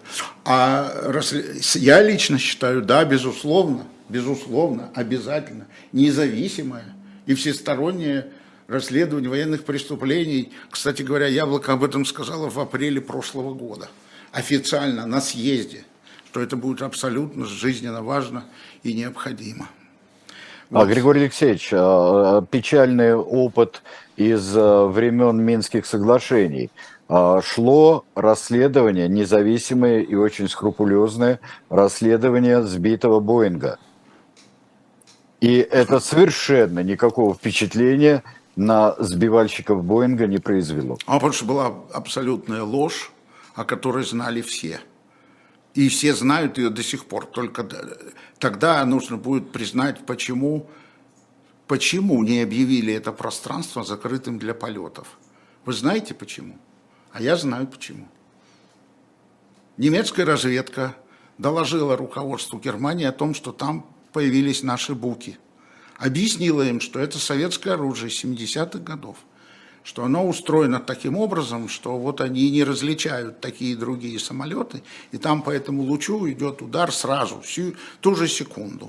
Я лично считаю, да, безусловно, обязательно, независимое и всестороннее расследование военных преступлений. Кстати говоря, Яблоко об этом сказала в апреле прошлого года, официально на съезде, что это будет абсолютно жизненно важно и необходимо. Вот. Григорий Алексеевич, печальный опыт из времен Минских соглашений. Шло расследование, независимое и очень скрупулезное расследование сбитого Боинга. И это совершенно никакого впечатления на сбивальщиков Боинга не произвело. Потому что была абсолютная ложь, о которой знали все. И все знают ее до сих пор. Только тогда нужно будет признать, почему не объявили это пространство закрытым для полетов. Вы знаете почему? А я знаю почему. Немецкая разведка доложила руководству Германии о том, что там появились наши буки. Объяснила им, что это советское оружие 70-х годов. Что оно устроено таким образом, что вот они не различают такие другие самолеты, и там по этому лучу идет удар сразу, всю ту же секунду.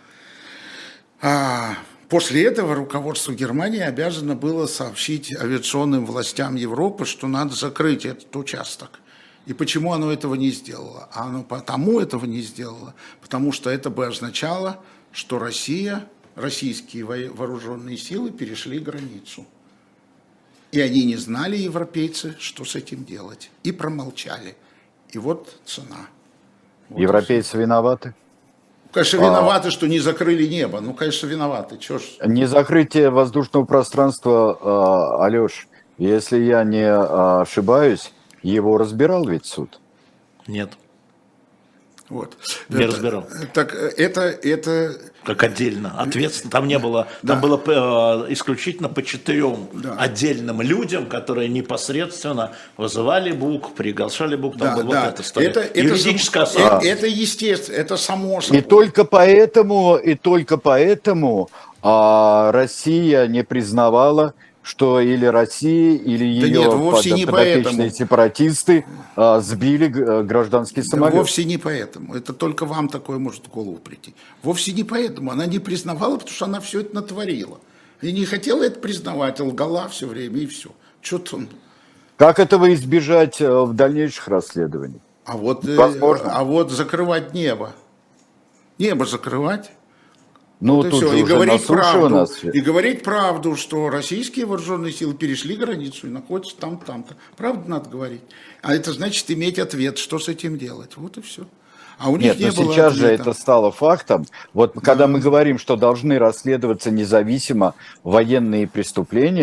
После этого руководство Германии обязано было сообщить авиационным властям Европы, что надо закрыть этот участок. И почему оно этого не сделало? Оно потому этого не сделало, потому что это бы означало, что российские вооруженные силы перешли границу. И они не знали, европейцы, что с этим делать. И промолчали. И вот цена. Вот европейцы виноваты? Конечно, виноваты, что не закрыли небо. Ну, конечно, виноваты. Чё ж... Не закрытие воздушного пространства, Алеш, если я не ошибаюсь, его разбирал ведь суд? Нет. Вот. Не разбирал. Так это... Как отдельно. Ответственно. Там не было. Там было исключительно по 4 отдельным людям, которые непосредственно вызывали БУК, приглашали БУК. Там была вот эта история. Юридическая особа. Это естественно, это само собой. И только поэтому Россия не признавала, что или Россия, или ее подопечные сепаратисты сбили гражданский самолет. Вовсе не поэтому. Это только вам такое может в голову прийти. Вовсе не поэтому. Она не признавала, потому что она все это натворила. И не хотела это признавать, лгала все время, и все. Что-то... Как этого избежать в дальнейших расследованиях? А вот закрывать небо. Небо закрывать. Ну, вот тут и, же и, уже говорить правду, нас... и говорить правду, что российские вооруженные силы перешли границу и находятся там-то. Правду надо говорить. А это значит иметь ответ, что с этим делать. Вот и все. А у них не было сейчас ответа. же это стало фактом. Вот когда мы говорим, что должны расследоваться независимо военные преступления,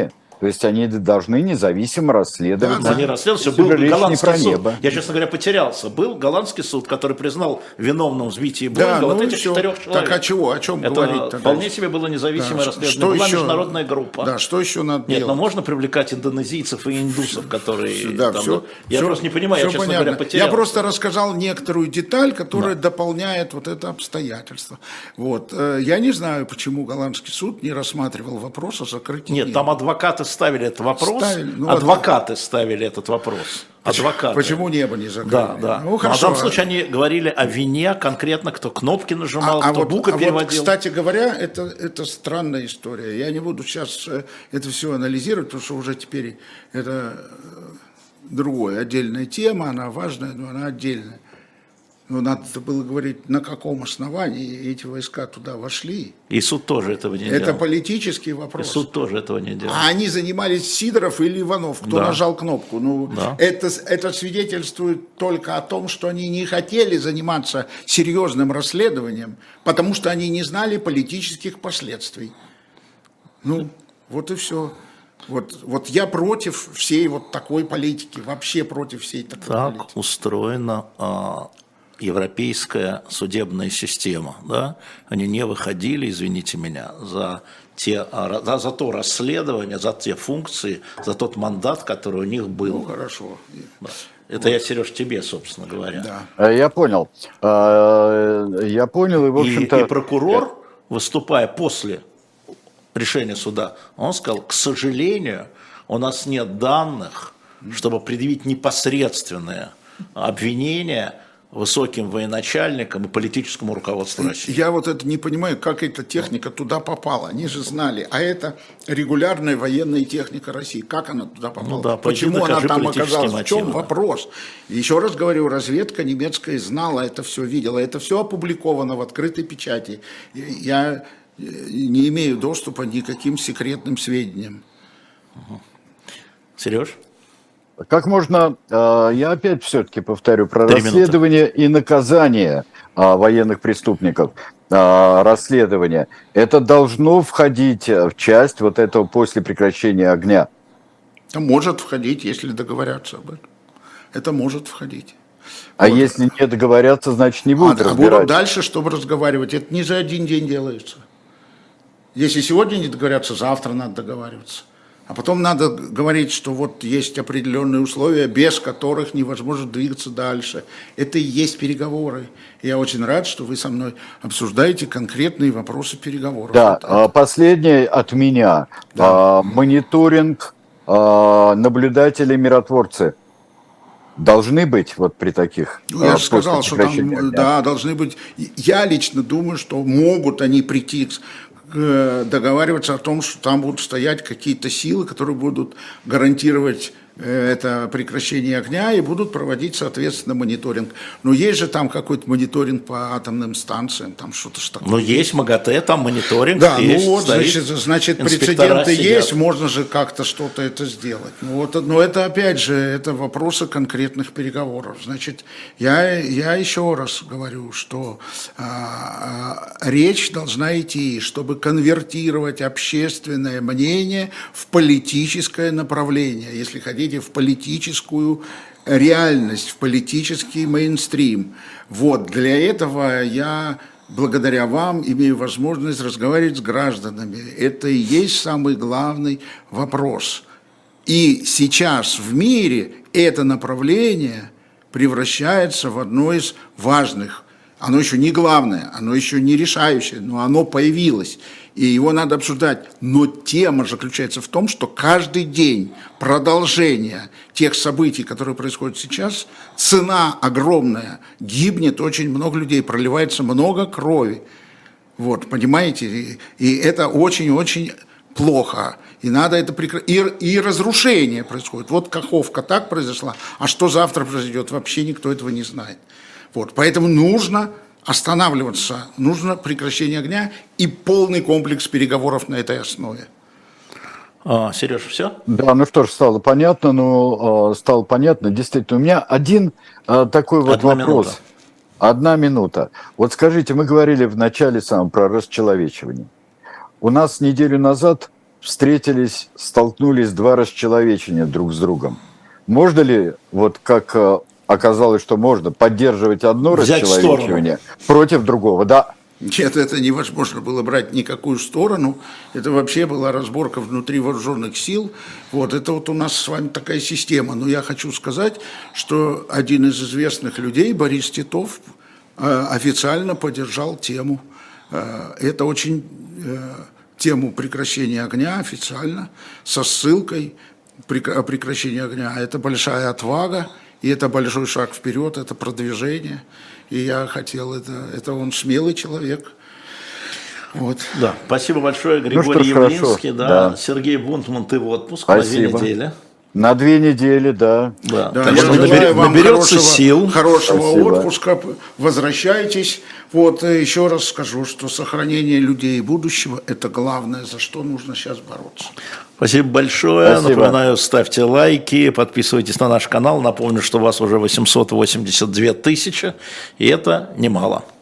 То есть они должны независимо расследовать. Но они расследовали, был голландский суд. Я, честно говоря, потерялся. Был голландский суд, который признал виновным в сбитии Боинга вот этих 4 человек. Так а чего? О чем говорить? Это вполне себе было независимое расследование. Была международная группа. Да, что еще надо делать? Нет, но можно привлекать индонезийцев и индусов, которые... Да, я просто не понимаю, я, честно говоря, потерялся. Я просто рассказал некоторую деталь, которая дополняет вот это обстоятельство. Вот. Я не знаю, почему голландский суд не рассматривал вопрос о закрытии. Нет, там адвокаты ставили этот вопрос. Адвокаты ставили этот вопрос. Адвокаты. Почему небо не закрыли? Да. Ну, хорошо. В данном случае они говорили о вине конкретно, кто кнопки нажимал, кто буквы переводил. Вот, кстати говоря, это странная история. Я не буду сейчас это все анализировать, потому что уже теперь это другая отдельная тема, она важная, но она отдельная. Но надо было говорить, на каком основании эти войска туда вошли. И суд тоже этого не делал. Это политический вопрос. И суд тоже этого не делал. А они занимались Сидоров или Иванов, кто нажал кнопку. Это свидетельствует только о том, что они не хотели заниматься серьезным расследованием, потому что они не знали политических последствий. Вот и все. Вот я против всей вот такой политики, вообще против всей такой политики. Так устроена европейская судебная система, да? Они не выходили, извините меня, за то расследование, за те функции, за тот мандат, который у них был. Ну, хорошо. Да. Это я, Сереж, тебе, собственно говоря. Да. Я понял. Я понял, и, в общем-то... И прокурор, выступая после решения суда, он сказал, к сожалению, у нас нет данных, чтобы предъявить непосредственное обвинение высоким военачальникам и политическому руководству России. Я вот это не понимаю, как эта техника туда попала. Они же знали. А это регулярная военная техника России. Как она туда попала? Почему она там оказалась? В чем вопрос? Еще раз говорю, разведка немецкая знала это все, видела. Это все опубликовано в открытой печати. Я не имею доступа ни к каким секретным сведениям. Сереж? Как можно, я опять все-таки повторю, про расследование и наказание военных преступников, расследование, это должно входить в часть вот этого после прекращения огня? Это может входить, если договорятся об этом. Это может входить. А если не договорятся, значит не будут разбирать. А будут дальше, чтобы разговаривать. Это не за один день делается. Если сегодня не договорятся, завтра надо договариваться. А потом надо говорить, что вот есть определенные условия, без которых невозможно двигаться дальше. Это и есть переговоры. Я очень рад, что вы со мной обсуждаете конкретные вопросы переговоров. Да, последнее от меня. Да. Мониторинг, наблюдатели-миротворцы должны быть вот при таких... Я же сказал, что там должны быть... Я лично думаю, что могут они прийти договариваться о том, что там будут стоять какие-то силы, которые будут гарантировать это прекращение огня и будут проводить, соответственно, мониторинг. Но есть же там какой-то мониторинг по атомным станциям, там что-то ж такое. Ну, есть МАГАТЭ, там мониторинг. Да, есть, ну вот, значит прецеденты есть, можно же как-то что-то это сделать. Но это, опять же, это вопросы конкретных переговоров. Значит, я еще раз говорю, что речь должна идти, чтобы конвертировать общественное мнение в политическое направление, если хотите, в политическую реальность, в политический мейнстрим. Вот, для этого я, благодаря вам, имею возможность разговаривать с гражданами. Это и есть самый главный вопрос. И сейчас в мире это направление превращается в одно из важных. Оно еще не главное, оно еще не решающее, но оно появилось. И его надо обсуждать. Но тема заключается в том, что каждый день продолжение тех событий, которые происходят сейчас, цена огромная, гибнет очень много людей, проливается много крови. Вот, понимаете? И это очень-очень плохо. И надо это прекратить. И разрушение происходит. Вот Каховка так произошла, а что завтра произойдет, вообще никто этого не знает. Вот, поэтому нужно останавливаться, нужно прекращение огня и полный комплекс переговоров на этой основе. Сереж, все? Да, ну что ж, стало понятно, действительно. У меня один такой вот вопрос. Одна минута. Вот скажите, мы говорили в начале про расчеловечивание. У нас неделю назад встретились, столкнулись два расчеловечения друг с другом. Можно ли, вот как оказалось, что можно, поддерживать одно расчеловечивание против другого? Да. Нет, это невозможно было брать никакую сторону. Это вообще была разборка внутри вооруженных сил. Вот, это вот у нас с вами такая система. Но я хочу сказать, что один из известных людей, Борис Титов, официально поддержал тему. Это очень тему прекращения огня официально, со ссылкой о прекращении огня. Это большая отвага, и это большой шаг вперед, это продвижение. И я хотел это он смелый человек. Вот. Да, спасибо большое, Григорий Явлинский. Да. Сергей Бунтман, ты в отпуск на 2 недели. На 2 недели, да. Да, я желаю вам хорошего отпуска, возвращайтесь. Вот, еще раз скажу, что сохранение людей будущего – это главное, за что нужно сейчас бороться. Спасибо большое. Спасибо. Напоминаю, ставьте лайки, подписывайтесь на наш канал. Напомню, что у вас уже 882 тысячи, и это немало.